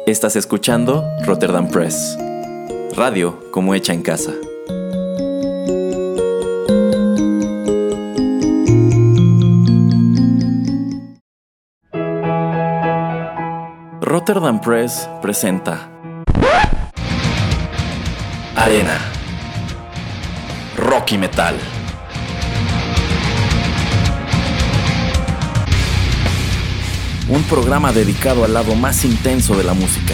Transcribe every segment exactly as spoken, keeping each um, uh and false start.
Estás escuchando Rotterdam Press, radio como hecha en casa. Rotterdam Press presenta Arena, rock y metal. Un programa dedicado al lado más intenso de la música.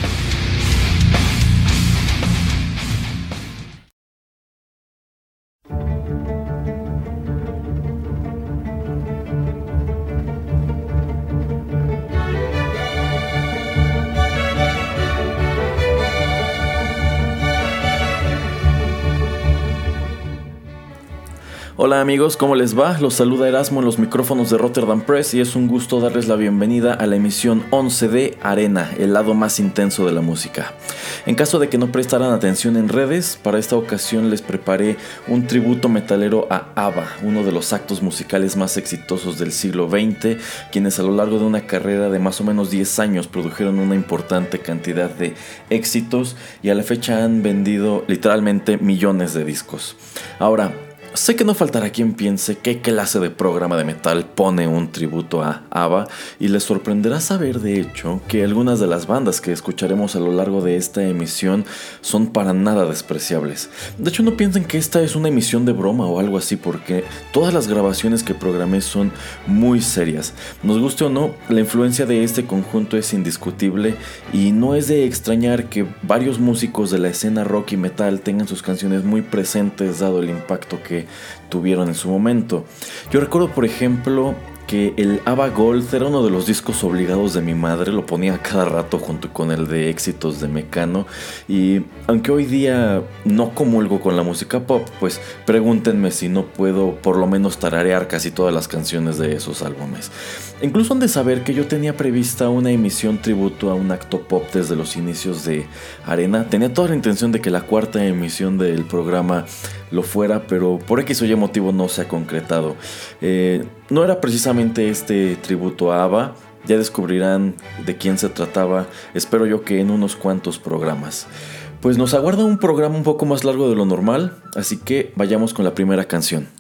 Hola amigos, ¿cómo les va? Los saluda Erasmo en los micrófonos de Rotterdam Press y es un gusto darles la bienvenida a la emisión once de Arena, el lado más intenso de la música. En caso de que no prestaran atención en redes, para esta ocasión les preparé un tributo metalero a ABBA, uno de los actos musicales más exitosos del siglo veinte, quienes a lo largo de una carrera de más o menos diez años produjeron una importante cantidad de éxitos y a la fecha han vendido literalmente millones de discos. Ahora, sé que no faltará quien piense qué clase de programa de metal pone un tributo a ABBA y les sorprenderá saber de hecho que algunas de las bandas que escucharemos a lo largo de esta emisión son para nada despreciables. De hecho no piensen que esta es una emisión de broma o algo así porque todas las grabaciones que programé son muy serias. Nos guste o no, la influencia de este conjunto es indiscutible y no es de extrañar que varios músicos de la escena rock y metal tengan sus canciones muy presentes dado el impacto que tuvieron en su momento. Yo recuerdo por ejemplo que el ABBA Gold era uno de los discos obligados de mi madre, lo ponía cada rato junto con el de éxitos de Mecano y aunque hoy día no comulgo con la música pop, pues pregúntenme si no puedo por lo menos tararear casi todas las canciones de esos álbumes. Incluso han de saber que yo tenía prevista una emisión tributo a un acto pop desde los inicios de Arena. Tenía toda la intención de que la cuarta emisión del programa lo fuera, pero por X o Y motivo no se ha concretado. Eh, no era precisamente este tributo a ABBA, ya descubrirán de quién se trataba, espero yo que en unos cuantos programas. Pues nos aguarda un programa un poco más largo de lo normal, así que vayamos con la primera canción.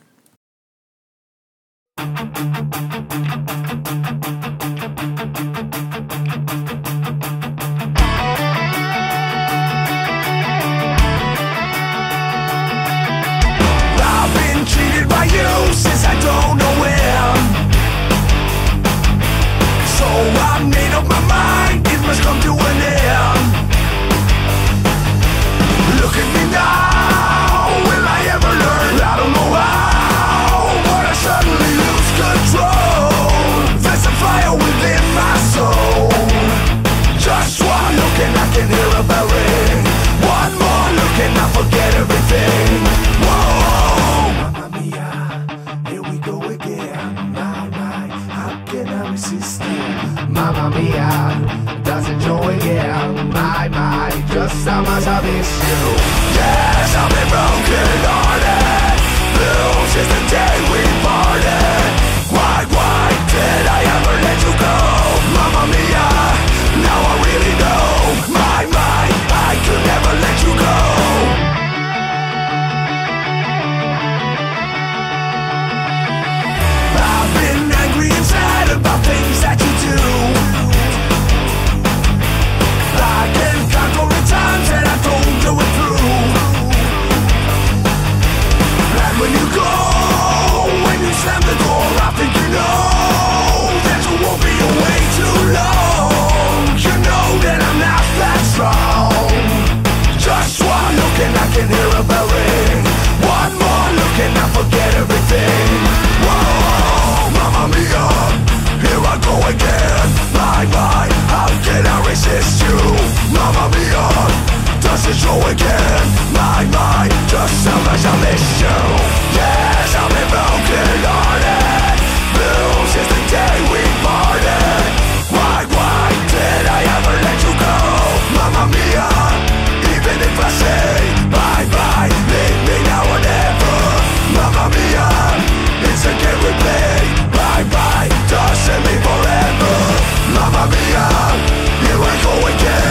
Since I don't know when, so I made up my mind, it must come to an end. Look at me now, will I ever learn? I don't know how, but I suddenly lose control. There's a fire within my soul. Just one look and I can hear a bell ring. One more look and I forget everything. Whoa. Mamma mia, does it joy again? My, my, just how much I miss you. Yes, I've been broken hearted. Blue since the day we parted. Why, why did I ever let you go? Mamma mia, now I really know. My, my, I could never let you go. I've been angry and sad about things that you do. I can count all the times that I don't go it through. And when you go, when you slam the door, I think you know that you won't be away too long. You know that I'm not that strong. Just one look and I can hear a bell ring. One more look and I forget everything. Whoa, mamma mia, here I go again. My, my, how can I resist you? Mamma mia, does it show again? My, my, just how much I miss you. Yes, I've been broken hearted. Blue since the day we parted. Why, why did I ever let you go? Mamma mia, even if I say bye, bye, leave me now or never. Mamma mia, it's a game we play. Bye, bye, doesn't mean forever. Mamma mia, here I go again.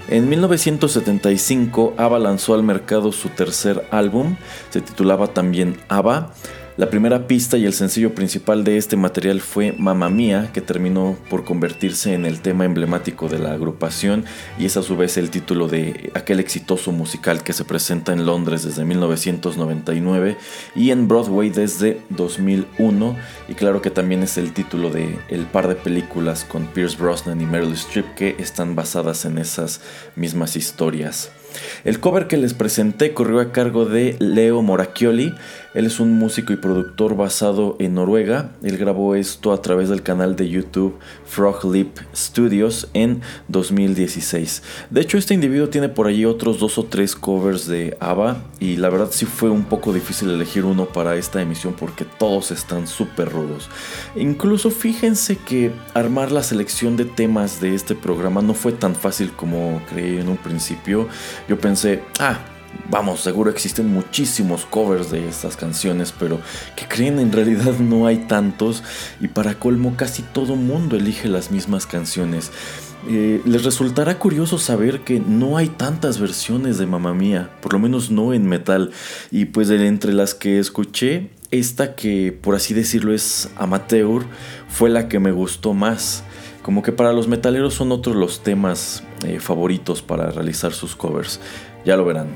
En mil novecientos setenta y cinco, ABBA lanzó al mercado su tercer álbum, se titulaba también ABBA. La primera pista y el sencillo principal de este material fue Mamma Mía, que terminó por convertirse en el tema emblemático de la agrupación y es a su vez el título de aquel exitoso musical que se presenta en Londres desde mil novecientos noventa y nueve y en Broadway desde dos mil uno, y claro que también es el título de el par de películas con Pierce Brosnan y Meryl Streep que están basadas en esas mismas historias. El cover que les presenté corrió a cargo de Leo Moracchioli. Él es un músico y productor basado en Noruega. Él grabó esto a través del canal de YouTube Frog Lip Studios en dos mil dieciséis. De hecho, este individuo tiene por allí otros dos o tres covers de ABBA y la verdad sí fue un poco difícil elegir uno para esta emisión porque todos están súper rudos. Incluso fíjense que armar la selección de temas de este programa no fue tan fácil como creí en un principio. Yo pensé, ah, vamos, seguro existen muchísimos covers de estas canciones, pero ¿qué creen? En realidad no hay tantos y para colmo casi todo mundo elige las mismas canciones. Eh, les resultará curioso saber que no hay tantas versiones de Mamma Mía, por lo menos no en metal, y pues de entre las que escuché, esta que por así decirlo es amateur fue la que me gustó más. Como que para los metaleros son otros los temas eh, favoritos para realizar sus covers. Ya lo verán.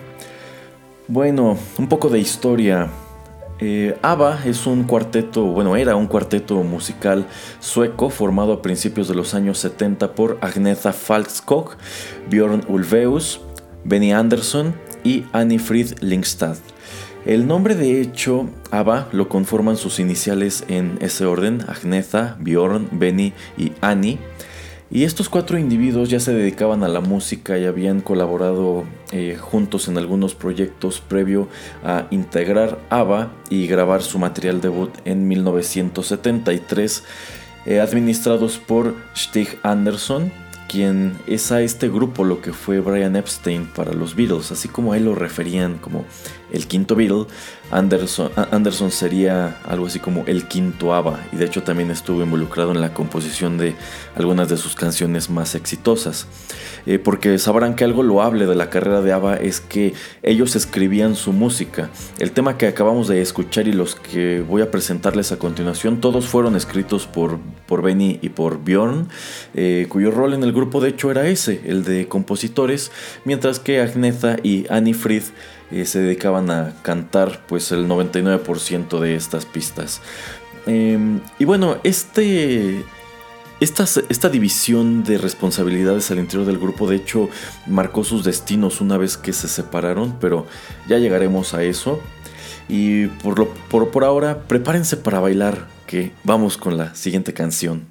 Bueno, un poco de historia. Eh, ABBA es un cuarteto, bueno, era un cuarteto musical sueco formado a principios de los años setenta por Agnetha Falkskog, Björn Ulvaeus, Benny Andersson y Annie Frid Lyngstad. El nombre de hecho, ABBA, lo conforman sus iniciales en ese orden, Agnetha, Björn, Benny y Annie. Y estos cuatro individuos ya se dedicaban a la música y habían colaborado eh, juntos en algunos proyectos previo a integrar ABBA y grabar su material debut en mil novecientos setenta y tres, eh, administrados por Stig Andersson, quien es a este grupo lo que fue Brian Epstein para los Beatles, así como a él lo referían como el quinto Beatle. Anderson, Anderson sería algo así como el quinto ABBA, y de hecho también estuvo involucrado en la composición de algunas de sus canciones más exitosas. Eh, porque sabrán que algo loable de la carrera de ABBA es que ellos escribían su música. El tema que acabamos de escuchar y los que voy a presentarles a continuación, todos fueron escritos por, por Benny y por Björn, eh, cuyo rol en el grupo de hecho era ese, el de compositores, mientras que Agnetha y Annie Frid eh, se dedicaban a cantar pues el noventa y nueve por ciento de estas pistas. Eh, y bueno, este... Esta, esta división de responsabilidades al interior del grupo de hecho marcó sus destinos una vez que se separaron, pero ya llegaremos a eso. Y por, lo, por, por ahora prepárense para bailar, que vamos con la siguiente canción.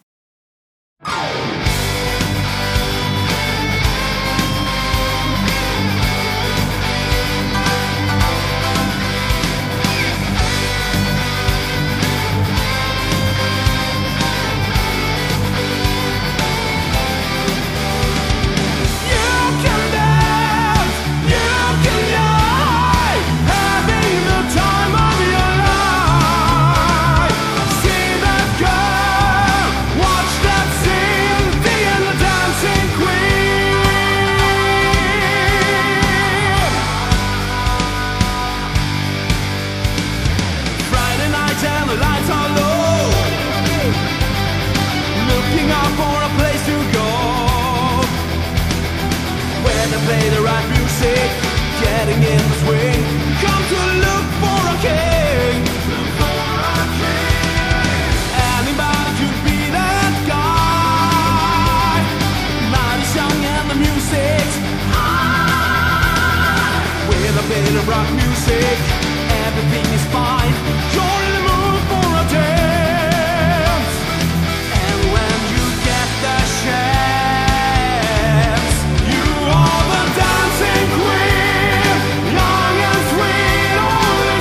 Rock music, everything is fine. You're in the mood for a dance, and when you get the chance, you are the dancing queen, young and sweet, only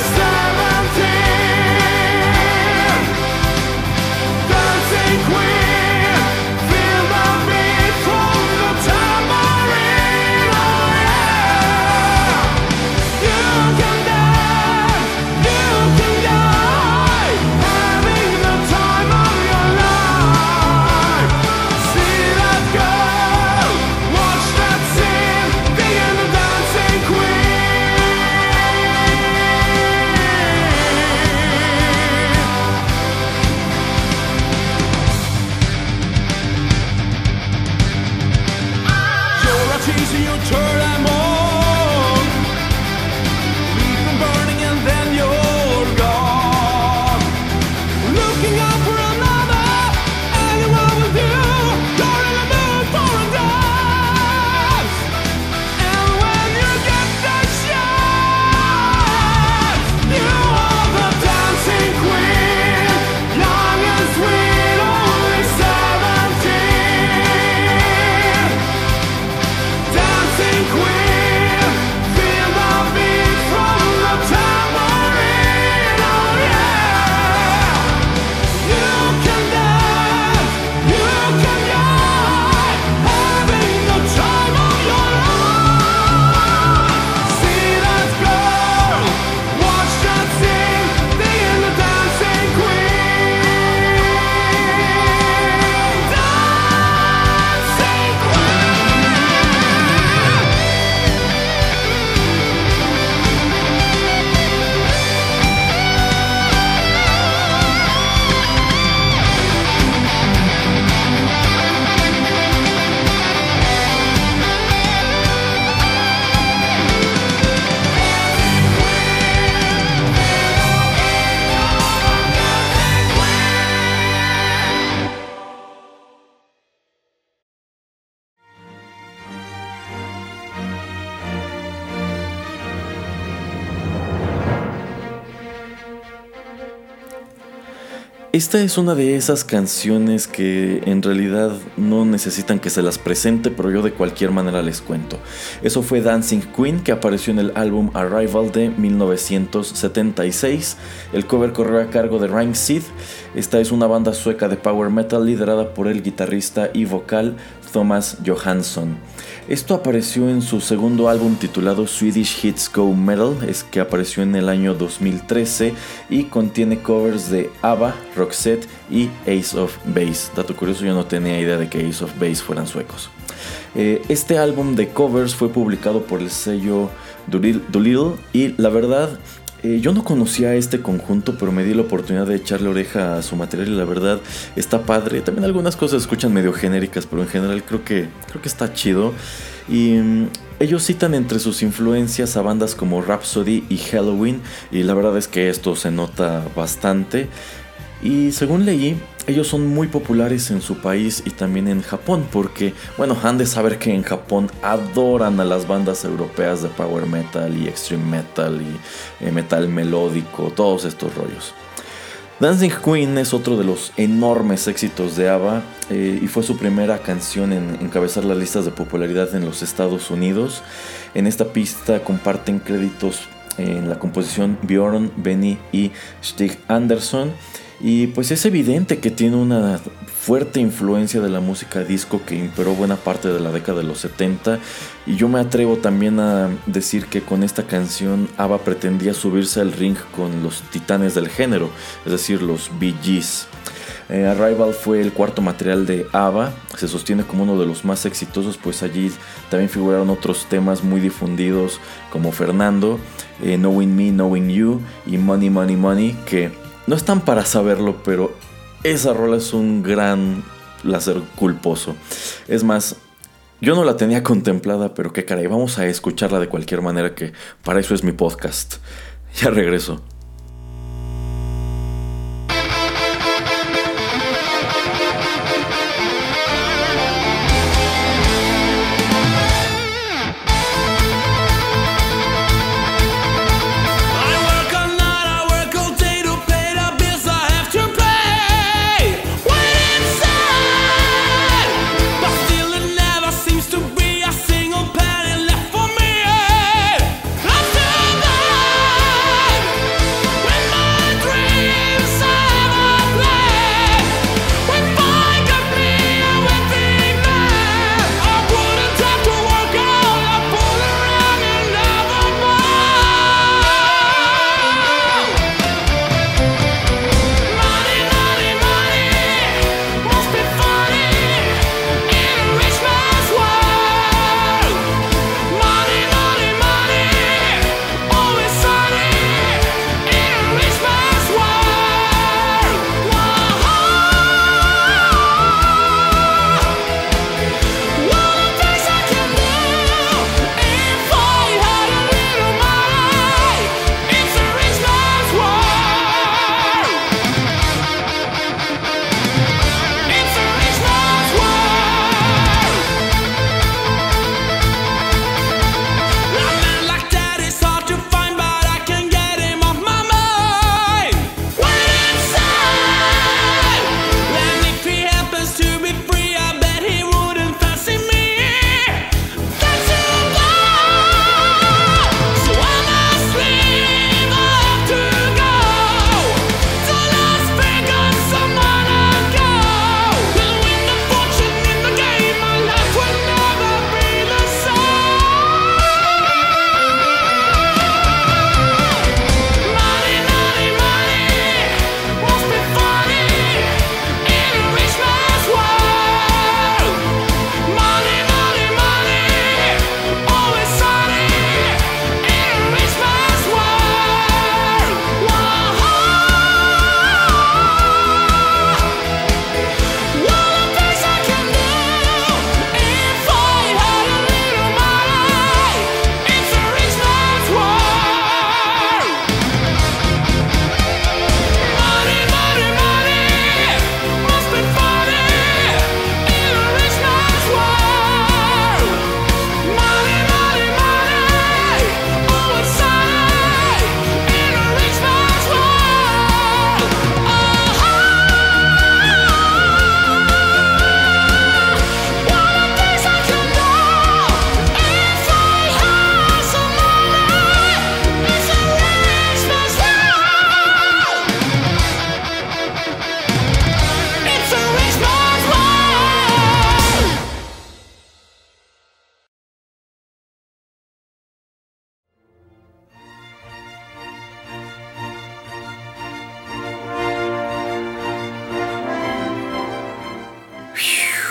seventeen. Dancing queen, feel the beat from the tambourine, oh yeah. You can dance, you can dance. you turn them on. Leave them burning and then you're gone. Looking out for another, anyone will do. You're in the mood for a dance. And when you get the chance, you are the dancing queen, young and sweet, only seventeen. Dancing queen, feel the beat from the tambourine, oh yeah. You can dance, you can die, having the time of your life. See that girl, watch that scene, being the dancing queen. Dancing queen. Esta es una de esas canciones que en realidad no necesitan que se las presente, pero yo de cualquier manera les cuento. Eso fue Dancing Queen, que apareció en el álbum Arrival de mil novecientos setenta y seis. El cover corrió a cargo de Ringside. Esta es una banda sueca de power metal liderada por el guitarrista y vocal Thomas Johansson. Esto apareció en su segundo álbum titulado Swedish Hits Go Metal, es que apareció en el año dos mil trece y contiene covers de ABBA, Roxette y Ace of Base. Dato curioso, yo no tenía idea de que Ace of Base fueran suecos. Eh, este álbum de covers fue publicado por el sello Doolittle y la verdad... Eh, yo no conocía a este conjunto, pero me di la oportunidad de echarle oreja a su material y la verdad está padre. También algunas cosas se escuchan medio genéricas, pero en general creo que, creo que está chido. Y um, ellos citan entre sus influencias a bandas como Rhapsody y Halloween, y la verdad es que esto se nota bastante. Y según leí, ellos son muy populares en su país y también en Japón, porque, bueno, han de saber que en Japón adoran a las bandas europeas de power metal y extreme metal y eh, metal melódico, todos estos rollos. Dancing Queen es otro de los enormes éxitos de ABBA eh, y fue su primera canción en encabezar las listas de popularidad en los Estados Unidos. En esta pista comparten créditos en la composición Björn, Benny y Stig Andersson. Y pues es evidente que tiene una fuerte influencia de la música disco que imperó buena parte de la década de los setenta. Y yo me atrevo también a decir que con esta canción ABBA pretendía subirse al ring con los titanes del género, es decir, los Bee Gees. Eh, Arrival fue el cuarto material de ABBA, se sostiene como uno de los más exitosos, pues allí también figuraron otros temas muy difundidos como Fernando, eh, Knowing Me, Knowing You y Money, Money, Money, que no están para saberlo, pero esa rola es un gran placer culposo. Es más, yo no la tenía contemplada, pero qué caray, vamos a escucharla de cualquier manera, que para eso es mi podcast. Ya regreso. Single penny left for me. I'm still alive.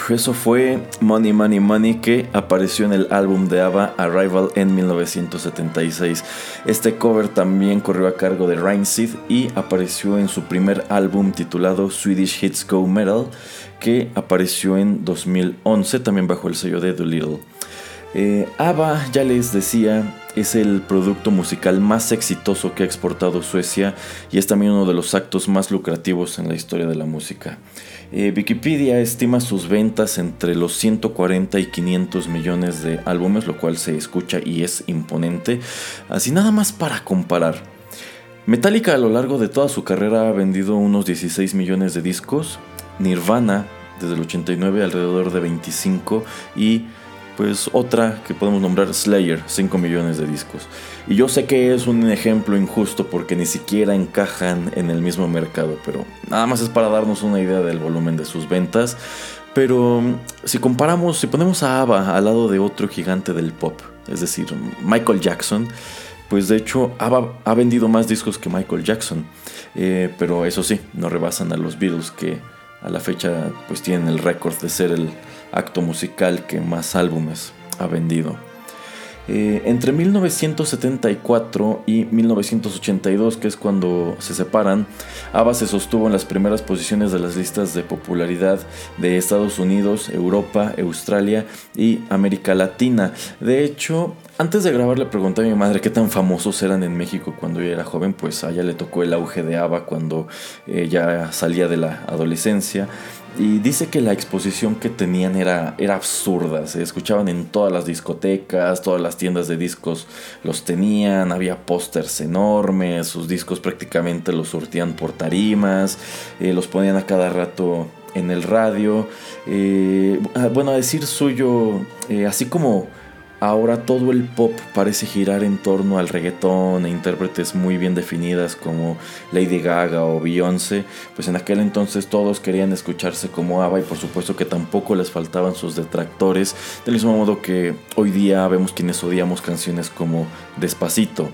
eso fue Money Money Money, que apareció en el álbum de ABBA Arrival en mil novecientos setenta y seis. Este cover también corrió a cargo de Rancid y apareció en su primer álbum titulado Swedish Hits Go Metal, que apareció en dos mil once, también bajo el sello de Doolittle. Eh, ABBA, ya les decía, es el producto musical más exitoso que ha exportado Suecia y es también uno de los actos más lucrativos en la historia de la música. Eh, Wikipedia estima sus ventas entre los ciento cuarenta y quinientos millones de álbumes, lo cual se escucha y es imponente. Así nada más para comparar. Metallica a lo largo de toda su carrera ha vendido unos dieciséis millones de discos, Nirvana desde el ochenta y nueve alrededor de veinticinco y pues otra que podemos nombrar, Slayer, cinco millones de discos. Y yo sé que es un ejemplo injusto porque ni siquiera encajan en el mismo mercado, pero nada más es para darnos una idea del volumen de sus ventas. Pero si comparamos, si ponemos a ABBA al lado de otro gigante del pop, es decir, Michael Jackson, pues de hecho ABBA ha vendido más discos que Michael Jackson. Eh, pero eso sí, no rebasan a los Beatles, que a la fecha pues tienen el récord de ser el acto musical que más álbumes ha vendido. Eh, entre mil novecientos setenta y cuatro y mil novecientos ochenta y dos, que es cuando se separan, ABBA se sostuvo en las primeras posiciones de las listas de popularidad de Estados Unidos, Europa, Australia y América Latina. De hecho, antes de grabar le pregunté a mi madre qué tan famosos eran en México cuando yo era joven, pues a ella le tocó el auge de ABBA cuando ella salía de la adolescencia. Y dice que la exposición que tenían era, era absurda, se escuchaban en todas las discotecas, todas las tiendas de discos los tenían, había pósters enormes, sus discos prácticamente los surtían por tarimas, eh, los ponían a cada rato en el radio. Eh, bueno, a decir suyo, eh, así como ahora todo el pop parece girar en torno al reggaetón e intérpretes muy bien definidas como Lady Gaga o Beyoncé, pues en aquel entonces todos querían escucharse como ABBA y por supuesto que tampoco les faltaban sus detractores, del mismo modo que hoy día vemos quienes odiamos canciones como Despacito.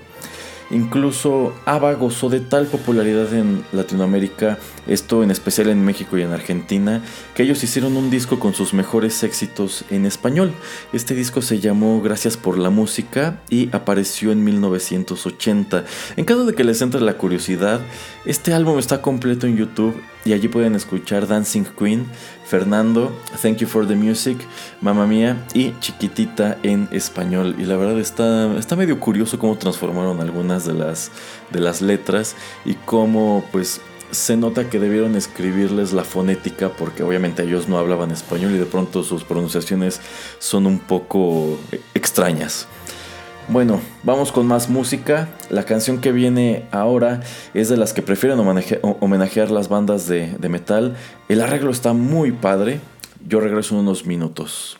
Incluso ABBA gozó de tal popularidad en Latinoamérica, esto en especial en México y en Argentina, que ellos hicieron un disco con sus mejores éxitos en español. Este disco se llamó Gracias por la Música y apareció en mil novecientos ochenta. En caso de que les entre la curiosidad, este álbum está completo en YouTube y allí pueden escuchar Dancing Queen, Fernando, Thank You for the Music, Mamma Mía y Chiquitita en español. Y la verdad está, está medio curioso cómo transformaron algunas de las, de las letras y cómo pues se nota que debieron escribirles la fonética porque obviamente ellos no hablaban español y de pronto sus pronunciaciones son un poco extrañas. Bueno, vamos con más música. La canción que viene ahora es de las que prefieren homenage- homenajear las bandas de, de metal. El arreglo está muy padre. Yo regreso en unos minutos.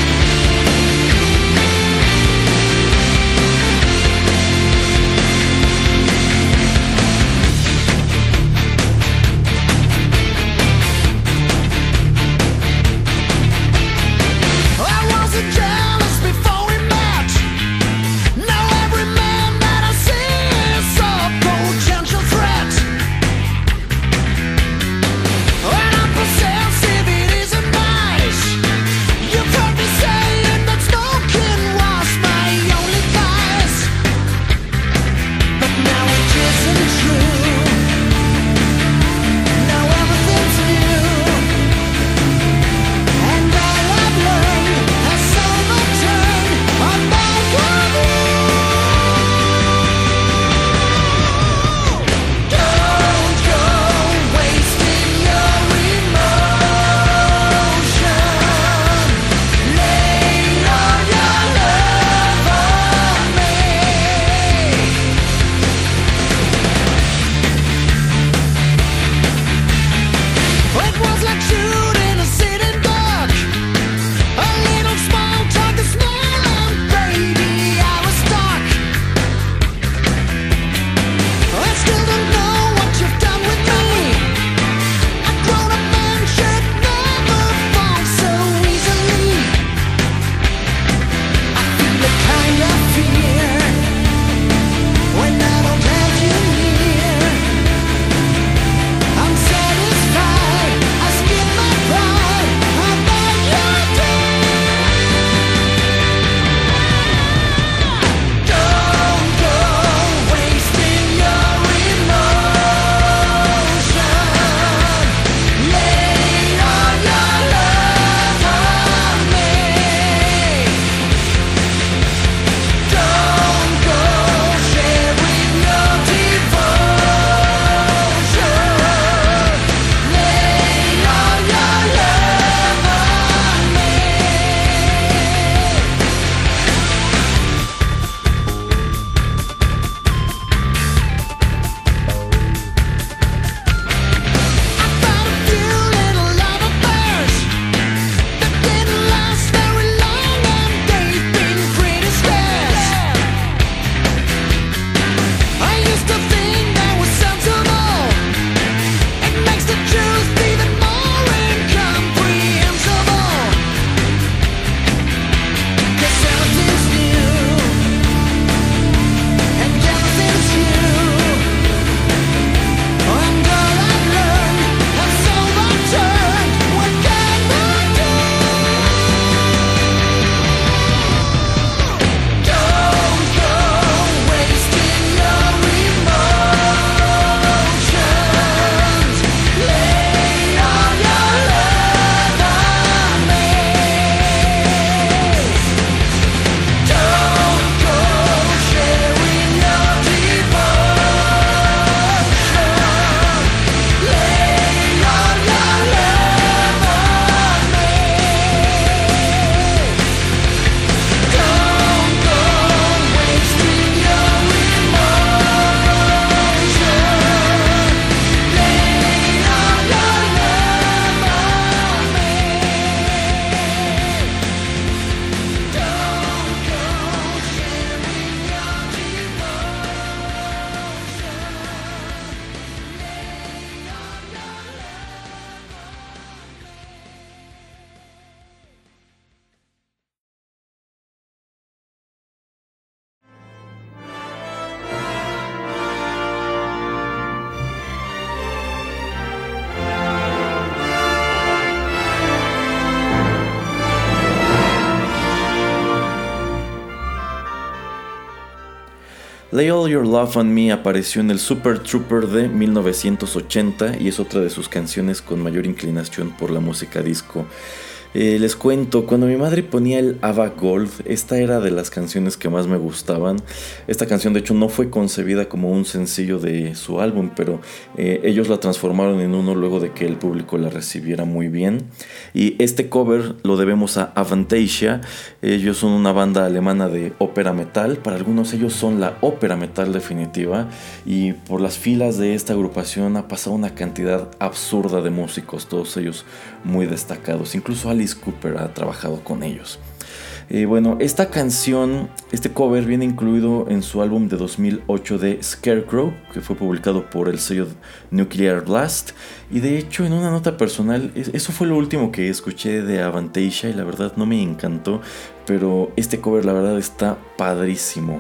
We'll be right back. Lay All Your Love on Me apareció en el Super Trooper de mil novecientos ochenta y es otra de sus canciones con mayor inclinación por la música disco. Eh, les cuento, cuando mi madre ponía el ABBA Gold, esta era de las canciones que más me gustaban. Esta canción de hecho no fue concebida como un sencillo de su álbum, pero eh, ellos la transformaron en uno luego de que el público la recibiera muy bien. Y este cover lo debemos a Avantasia. Ellos son una banda alemana de ópera metal. Para algunos ellos son la ópera metal definitiva. Y por las filas de esta agrupación ha pasado una cantidad absurda de músicos, todos ellos muy destacados. Incluso Alice Cooper ha trabajado con ellos. Eh, bueno, esta canción, este cover viene incluido en su álbum de dos mil ocho de Scarecrow, que fue publicado por el sello Nuclear Blast. Y de hecho, en una nota personal, eso fue lo último que escuché de Avantasia y la verdad no me encantó, pero este cover la verdad está padrísimo.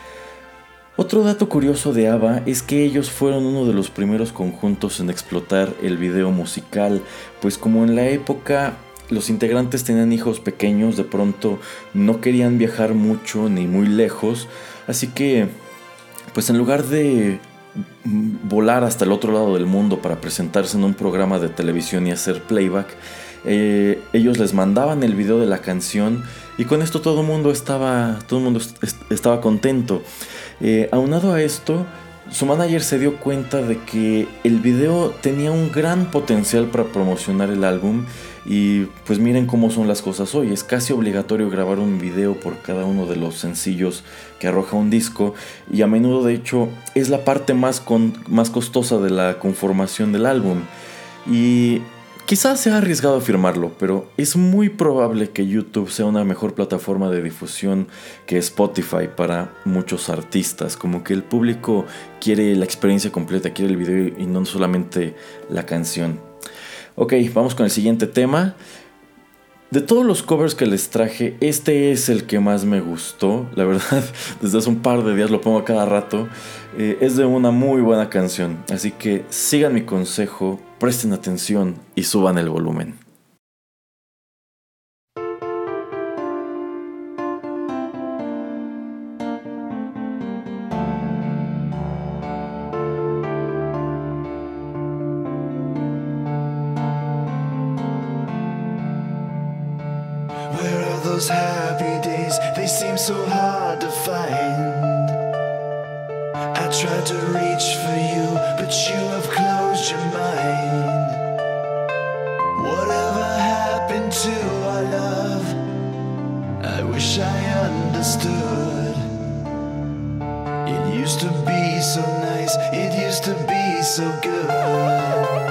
Otro dato curioso de ABBA es que ellos fueron uno de los primeros conjuntos en explotar el video musical, pues como en la época los integrantes tenían hijos pequeños, de pronto no querían viajar mucho ni muy lejos, así que pues en lugar de volar hasta el otro lado del mundo para presentarse en un programa de televisión y hacer playback, eh, ellos les mandaban el video de la canción y con esto todo el mundo estaba, todo el mundo est- estaba contento. Eh, aunado a esto, su manager se dio cuenta de que el video tenía un gran potencial para promocionar el álbum y pues miren cómo son las cosas hoy. Es casi obligatorio grabar un video por cada uno de los sencillos que arroja un disco y a menudo de hecho es la parte más, con, más costosa de la conformación del álbum. Y quizás sea arriesgado afirmarlo, pero es muy probable que YouTube sea una mejor plataforma de difusión que Spotify para muchos artistas. Como que el público quiere la experiencia completa, quiere el video y no solamente la canción. Ok, vamos con el siguiente tema. De todos los covers que les traje, este es el que más me gustó. La verdad, desde hace un par de días lo pongo a cada rato. Eh, es de una muy buena canción, así que sigan mi consejo, presten atención y suban el volumen. Those happy days, they seem so hard to find. I tried to reach for you, but you have closed your mind. Whatever happened to our love? I wish I understood. It used to be so nice, it used to be so good.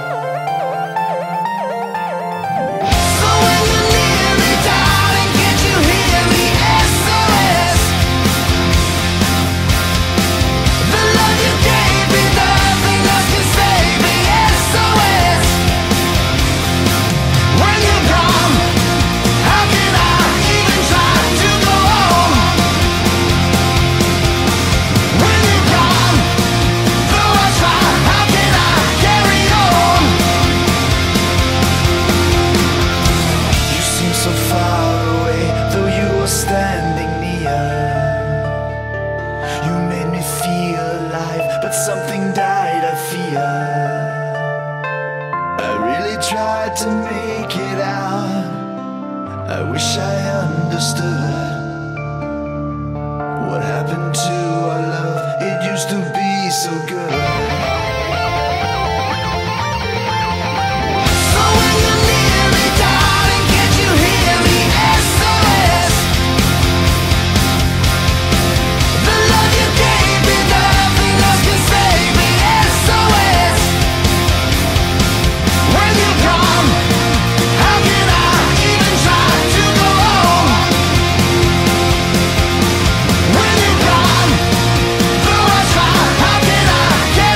How can I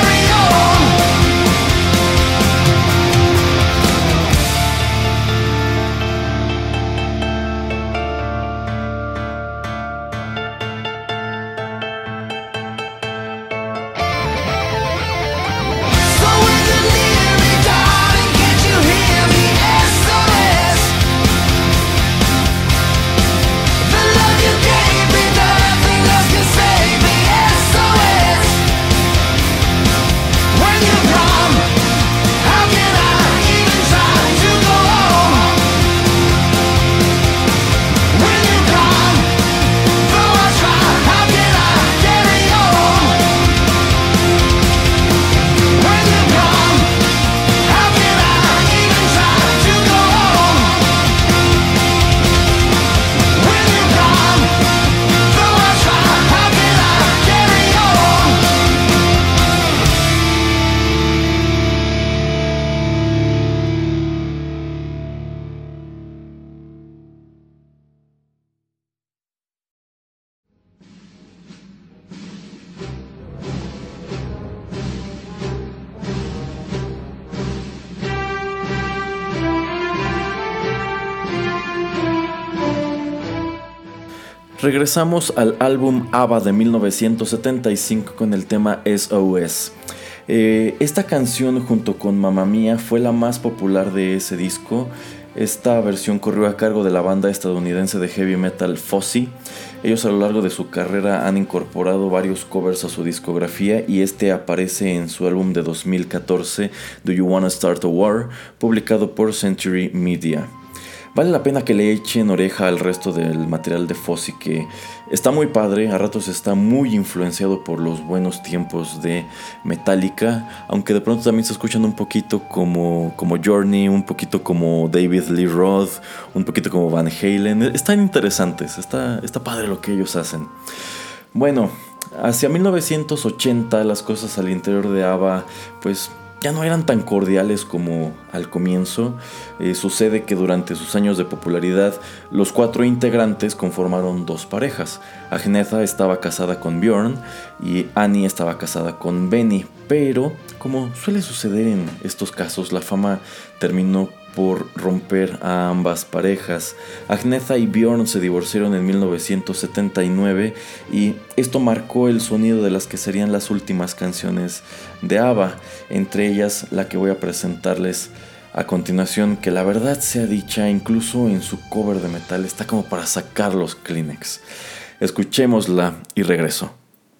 Regresamos al álbum ABBA de mil novecientos setenta y cinco con el tema S O S. Eh, esta canción junto con Mamma Mía fue la más popular de ese disco. Esta versión corrió a cargo de la banda estadounidense de heavy metal Fuzzy. Ellos a lo largo de su carrera han incorporado varios covers a su discografía y este aparece en su álbum de dos mil catorce, Do You Wanna Start a War, publicado por Century Media. Vale la pena que le echen oreja al resto del material de Fuzzy, que está muy padre, a ratos está muy influenciado por los buenos tiempos de Metallica, aunque de pronto también se escuchan un poquito como, como Journey, un poquito como David Lee Roth, un poquito como Van Halen. Están interesantes, está, está padre lo que ellos hacen. Bueno, hacia mil novecientos ochenta las cosas al interior de ABBA pues ya no eran tan cordiales como al comienzo. Eh, sucede que durante sus años de popularidad los cuatro integrantes conformaron dos parejas. Agnetha estaba casada con Björn y Annie estaba casada con Benny, pero como suele suceder en estos casos, la fama terminó por romper a ambas parejas. Agnetha y Björn se divorciaron en mil novecientos setenta y nueve y esto marcó el sonido de las que serían las últimas canciones de ABBA, entre ellas la que voy a presentarles a continuación, que la verdad sea dicha, incluso en su cover de metal está como para sacar los Kleenex. Escuchémosla y regreso.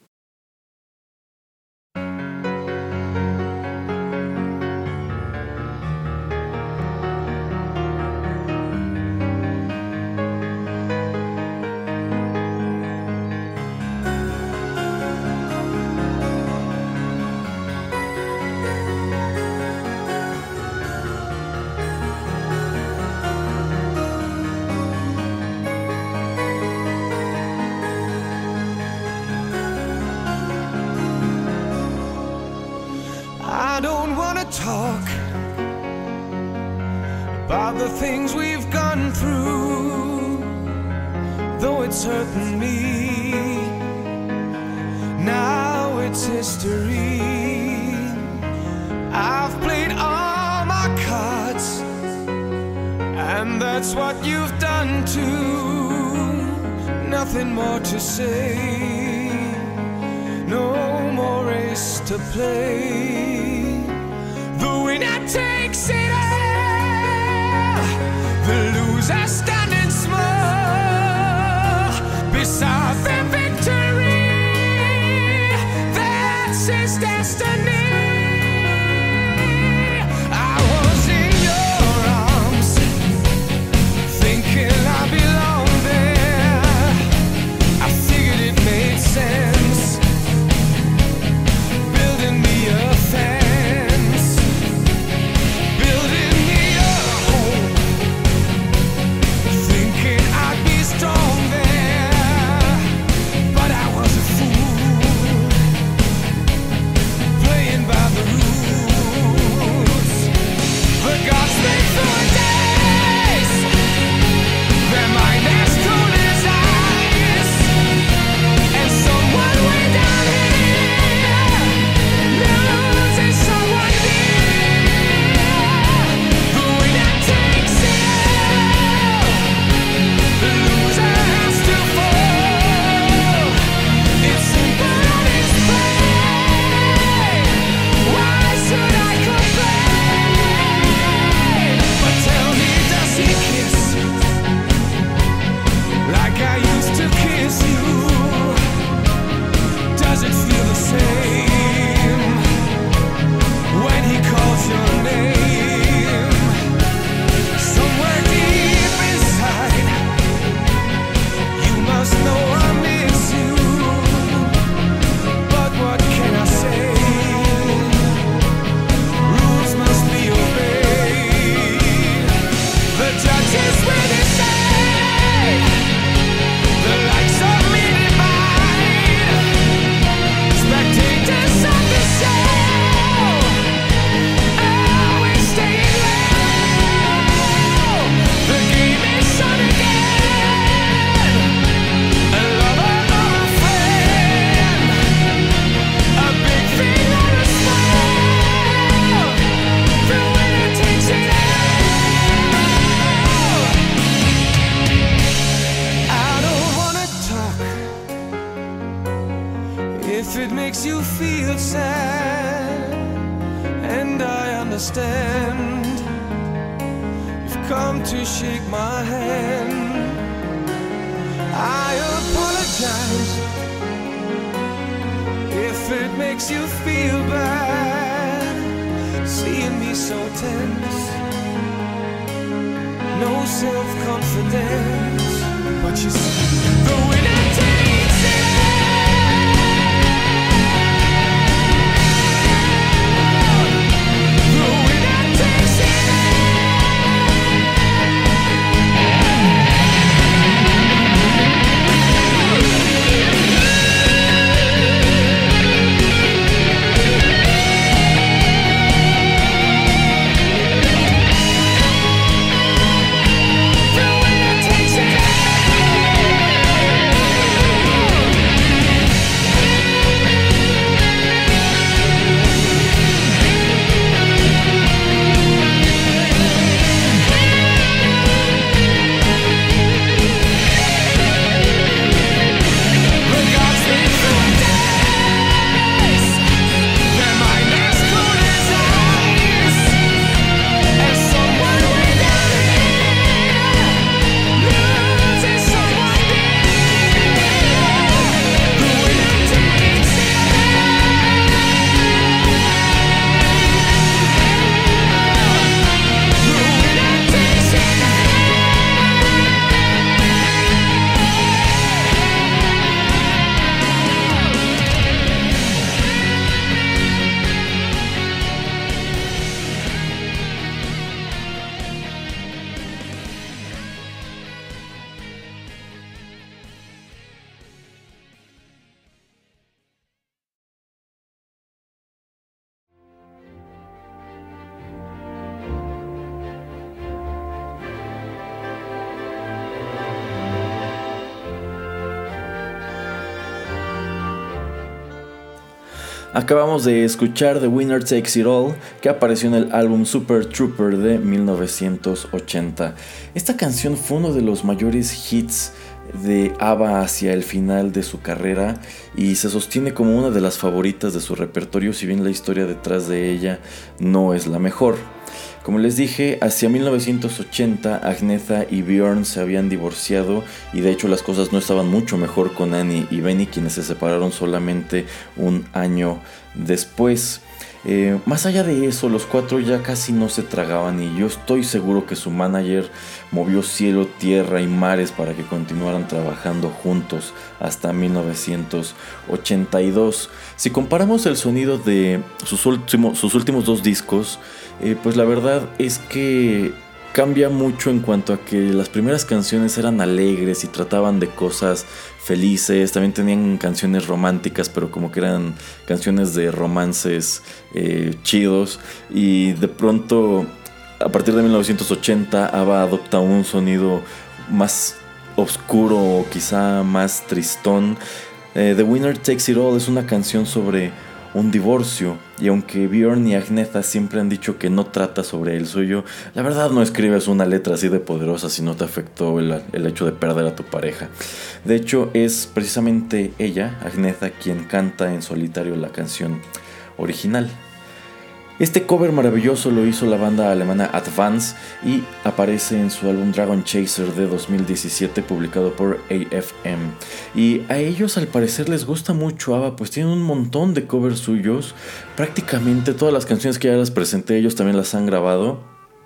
I don't wanna talk about the things we've gone through, though it's hurting me. Now it's history. I've played all my cards, and that's what you've done too. Nothing more to say, no more race to play. The winner takes it all, the loser standing small beside the victory. That's his destiny. I was in your arms, thinking I belonged there. I figured it made sense, building me a fence, building me a home, thinking I'd be strong there. But I was a fool, playing understand. You've come to shake my hand. I apologize if it makes you feel bad, seeing me so tense, no self-confidence. But you see, the winner takes it. Acabamos de escuchar The Winner Takes It All, que apareció en el álbum Super Trooper de mil novecientos ochenta. Esta canción fue uno de los mayores hits de ABBA hacia el final de su carrera y se sostiene como una de las favoritas de su repertorio, si bien la historia detrás de ella no es la mejor. Como les dije, hacia mil novecientos ochenta Agnetha y Björn se habían divorciado y de hecho las cosas no estaban mucho mejor con Annie y Benny, quienes se separaron solamente un año después. Eh, más allá de eso, los cuatro ya casi no se tragaban y yo estoy seguro que su manager movió cielo, tierra y mares para que continuaran trabajando juntos hasta mil novecientos ochenta y dos. Si comparamos el sonido de sus, últimos, sus últimos dos discos, eh, pues la verdad es que cambia mucho en cuanto a que las primeras canciones eran alegres y trataban de cosas felices, también tenían canciones románticas, pero como que eran canciones de romances eh, chidos, y de pronto a partir de mil novecientos ochenta ABBA adopta un sonido más oscuro o quizá más tristón. eh, The Winner Takes It All es una canción sobre un divorcio, y aunque Björn y Agnetha siempre han dicho que no trata sobre el suyo, la verdad no escribes una letra así de poderosa si no te afectó el, el hecho de perder a tu pareja. De hecho, es precisamente ella, Agnetha, quien canta en solitario la canción original. Este cover maravilloso lo hizo la banda alemana Advance y aparece en su álbum Dragon Chaser de dos mil diecisiete, publicado por A F M. Y a ellos al parecer les gusta mucho ABBA, pues tienen un montón de covers suyos. Prácticamente todas las canciones que ya les presenté ellos también las han grabado.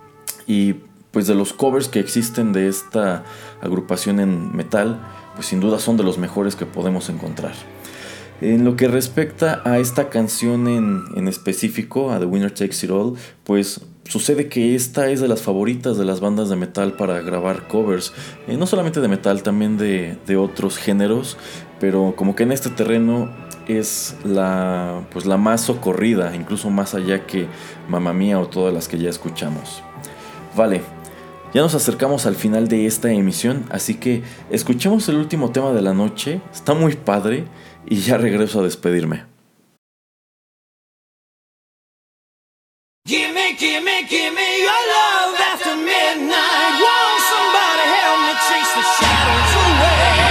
Y pues de los covers que existen de esta agrupación en metal, pues sin duda son de los mejores que podemos encontrar. En lo que respecta a esta canción en, en específico, a The Winner Takes It All, pues sucede que esta es de las favoritas de las bandas de metal para grabar covers, eh, no solamente de metal, también de, de otros géneros, pero como que en este terreno es la, pues la más socorrida, incluso más allá que Mamma Mía o todas las que ya escuchamos. Vale, ya nos acercamos al final de esta emisión, así que escuchemos el último tema de la noche, está muy padre. Y ya regreso a despedirme. Give me, give me, give me your love after midnight. Won't somebody help me chase the shadows away?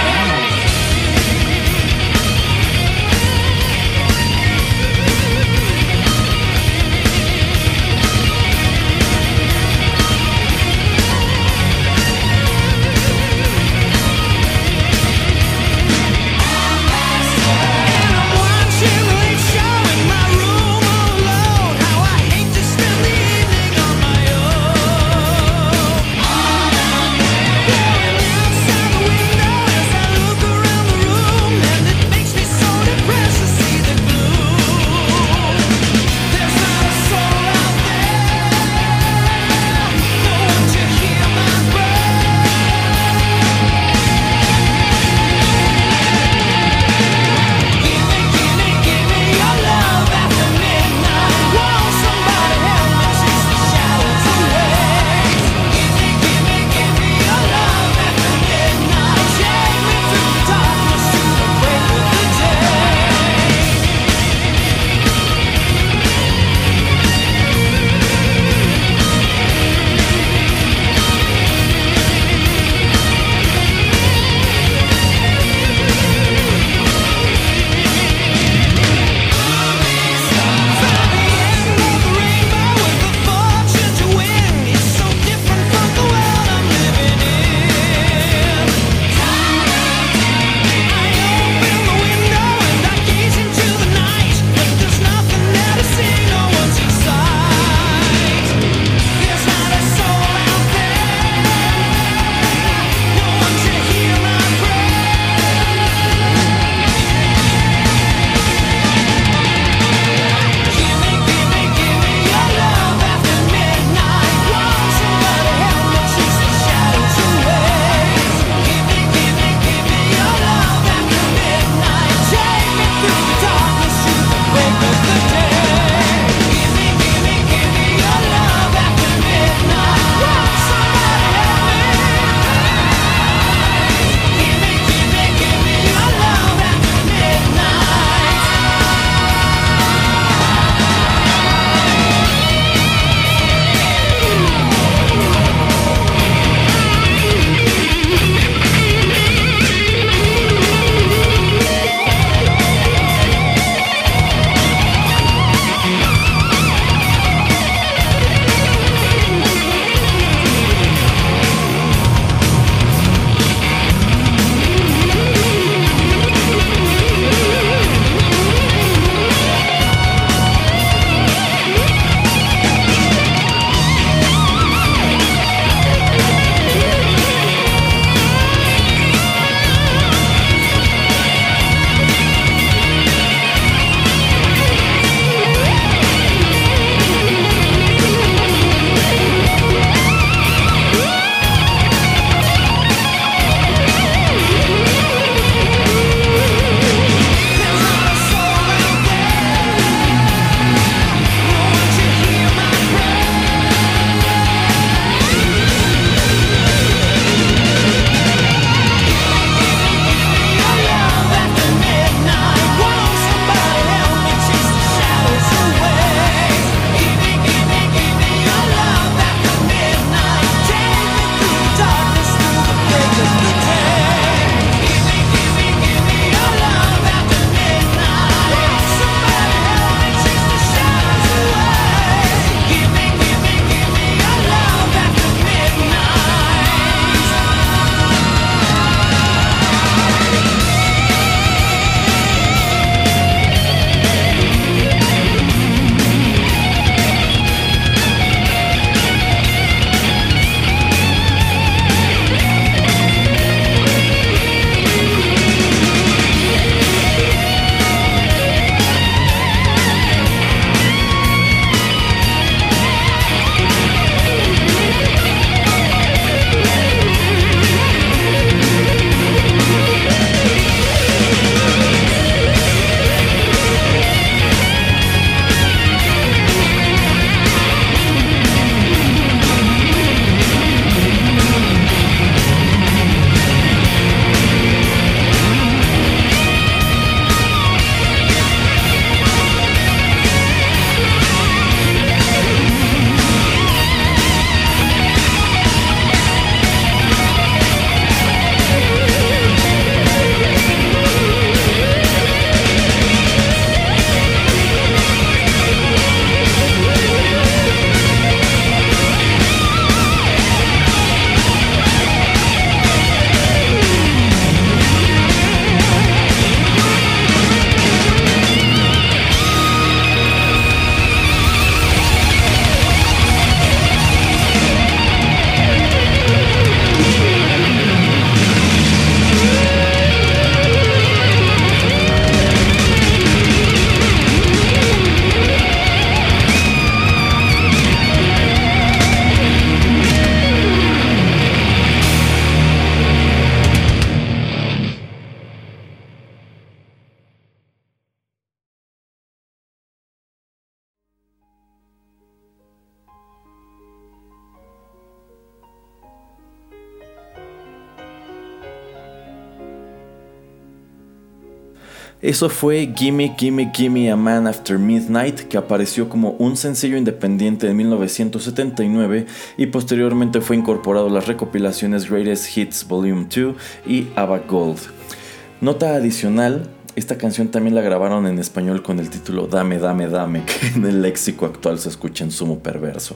Eso fue Gimme Gimme Gimme a Man After Midnight, que apareció como un sencillo independiente en mil novecientos setenta y nueve y posteriormente fue incorporado a las recopilaciones Greatest Hits Volume dos y ABBA Gold. Nota adicional, esta canción también la grabaron en español con el título Dame, Dame, Dame, que en el léxico actual se escucha en sumo perverso.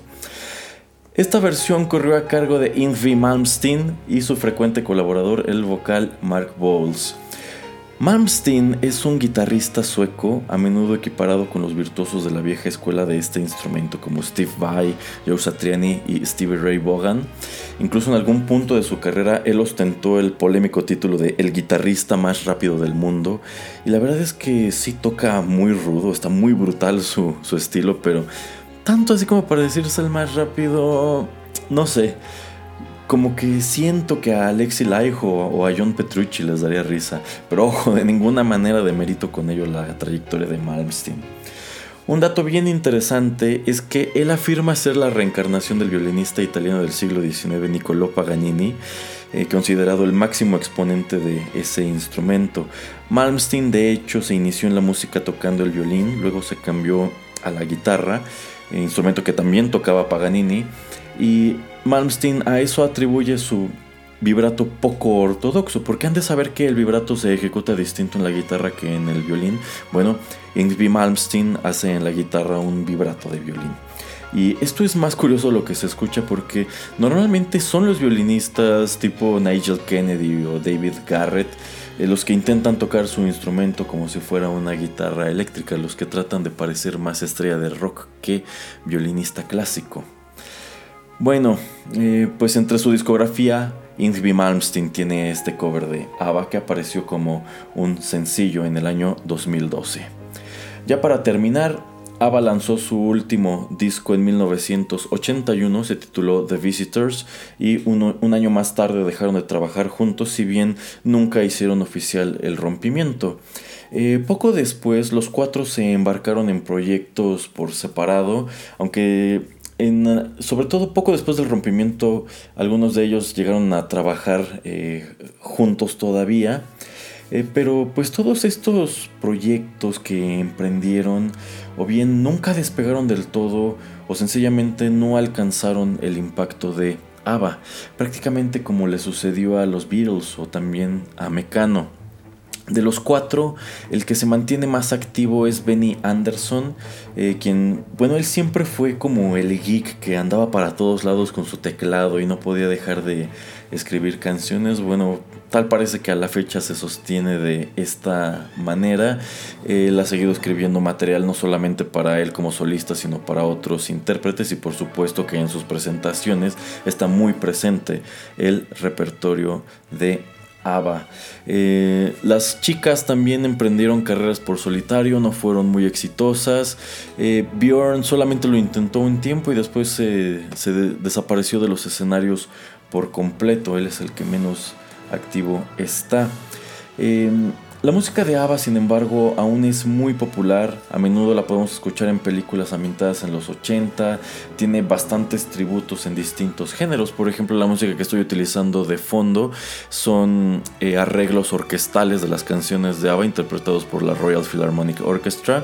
Esta versión corrió a cargo de Yngwie Malmsteen y su frecuente colaborador, el vocal Mark Bowles. Malmsteen es un guitarrista sueco, a menudo equiparado con los virtuosos de la vieja escuela de este instrumento como Steve Vai, Joe Satriani y Stevie Ray Vaughan. Incluso en algún punto de su carrera él ostentó el polémico título de el guitarrista más rápido del mundo, y la verdad es que sí toca muy rudo, está muy brutal su, su estilo, pero tanto así como para decirse el más rápido, no sé. Como que siento que a Alexi Laiho o a John Petrucci les daría risa, pero ojo, de ninguna manera demerito con ello la trayectoria de Malmsteen. Un dato bien interesante es que él afirma ser la reencarnación del violinista italiano del siglo diecinueve Niccolò Paganini, eh, considerado el máximo exponente de ese instrumento. Malmsteen de hecho se inició en la música tocando el violín, luego se cambió a la guitarra, eh, instrumento que también tocaba Paganini, y Malmsteen a eso atribuye su vibrato poco ortodoxo, porque han de saber que el vibrato se ejecuta distinto en la guitarra que en el violín. Bueno, Yngwie Malmsteen hace en la guitarra un vibrato de violín. Y esto es más curioso de lo que se escucha, porque normalmente son los violinistas tipo Nigel Kennedy o David Garrett eh, los que intentan tocar su instrumento como si fuera una guitarra eléctrica, los que tratan de parecer más estrella de rock que violinista clásico. Bueno, eh, pues entre su discografía, Yngwie Malmsteen tiene este cover de ABBA que apareció como un sencillo en el año dos mil doce. Ya para terminar, ABBA lanzó su último disco en mil novecientos ochenta y uno, se tituló The Visitors, y uno, un año más tarde dejaron de trabajar juntos, si bien nunca hicieron oficial el rompimiento. Eh, poco después, los cuatro se embarcaron en proyectos por separado, aunque En, sobre todo poco después del rompimiento, algunos de ellos llegaron a trabajar eh, juntos todavía, eh, pero pues todos estos proyectos que emprendieron o bien nunca despegaron del todo o sencillamente no alcanzaron el impacto de ABBA, prácticamente como le sucedió a los Beatles o también a Mecano. De los cuatro, el que se mantiene más activo es Benny Andersson, eh, quien, bueno, él siempre fue como el geek que andaba para todos lados con su teclado y no podía dejar de escribir canciones. Bueno, tal parece que a la fecha se sostiene de esta manera. Él ha seguido escribiendo material no solamente para él como solista, sino para otros intérpretes, y por supuesto que en sus presentaciones está muy presente el repertorio de ABBA. Eh, las chicas también emprendieron carreras por solitario, no fueron muy exitosas. eh, Björn solamente lo intentó un tiempo y después se, se de, desapareció de los escenarios por completo. Él es el que menos activo está. eh, La música de ABBA, sin embargo, aún es muy popular. A menudo la podemos escuchar en películas ambientadas en los ochenta. Tiene bastantes tributos en distintos géneros. Por ejemplo, la música que estoy utilizando de fondo son eh, arreglos orquestales de las canciones de ABBA interpretados por la Royal Philharmonic Orchestra.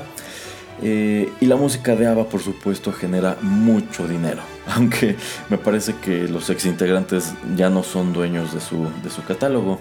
Eh, y la música de ABBA, por supuesto, genera mucho dinero. Aunque me parece que los exintegrantes ya no son dueños de su, de su catálogo.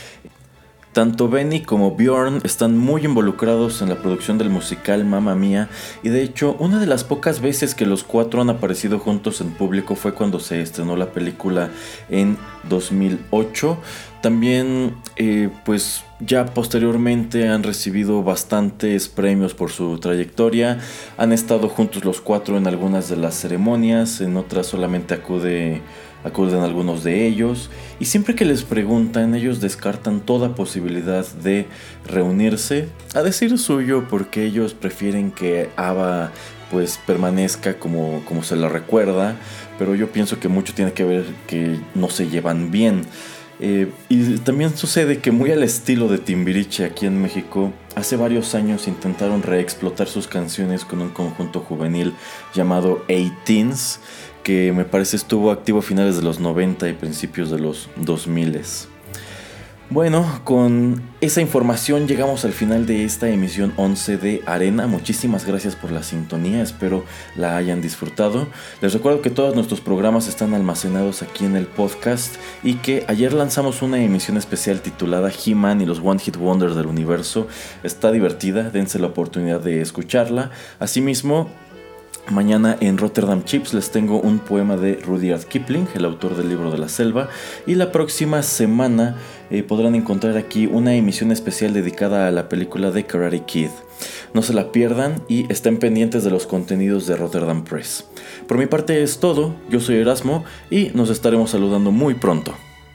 Tanto Benny como Björn están muy involucrados en la producción del musical Mamma Mia, y de hecho una de las pocas veces que los cuatro han aparecido juntos en público fue cuando se estrenó la película en dos mil ocho. También eh, pues ya posteriormente han recibido bastantes premios por su trayectoria. Han estado juntos los cuatro en algunas de las ceremonias, en otras solamente acude acuden algunos de ellos, y siempre que les preguntan, ellos descartan toda posibilidad de reunirse, a decir suyo, porque ellos prefieren que ABBA pues permanezca como, como se la recuerda, pero yo pienso que mucho tiene que ver que no se llevan bien. Eh, y también sucede que, muy al estilo de Timbiriche aquí en México, hace varios años intentaron reexplotar sus canciones con un conjunto juvenil llamado Eighteens, que me parece estuvo activo a finales de los noventa y principios de los dos mil. Bueno, con esa información llegamos al final de esta emisión once de Arena. Muchísimas gracias por la sintonía, espero la hayan disfrutado. Les recuerdo que todos nuestros programas están almacenados aquí en el podcast y que ayer lanzamos una emisión especial titulada He-Man y los One Hit Wonders del universo. Está divertida, dense la oportunidad de escucharla. Asimismo, mañana en Rotterdam Chips les tengo un poema de Rudyard Kipling, el autor del libro de la selva. Y la próxima semana eh, podrán encontrar aquí una emisión especial dedicada a la película de Karate Kid. No se la pierdan y estén pendientes de los contenidos de Rotterdam Press. Por mi parte es todo, yo soy Erasmo y nos estaremos saludando muy pronto.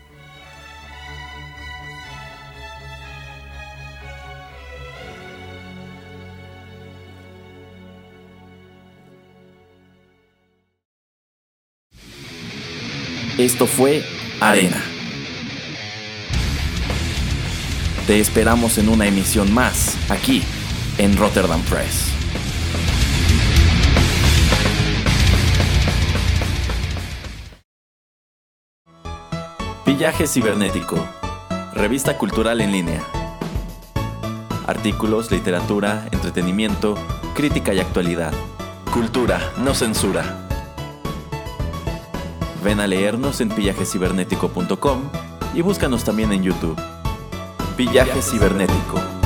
Esto fue Arena. Te esperamos en una emisión más, aquí, en Rotterdam Press. Pillaje Cibernético, revista cultural en línea. Artículos, literatura, entretenimiento, crítica y actualidad. Cultura, no censura. Ven a leernos en pillaje cibernético punto com y búscanos también en YouTube. Pillaje Cibernético.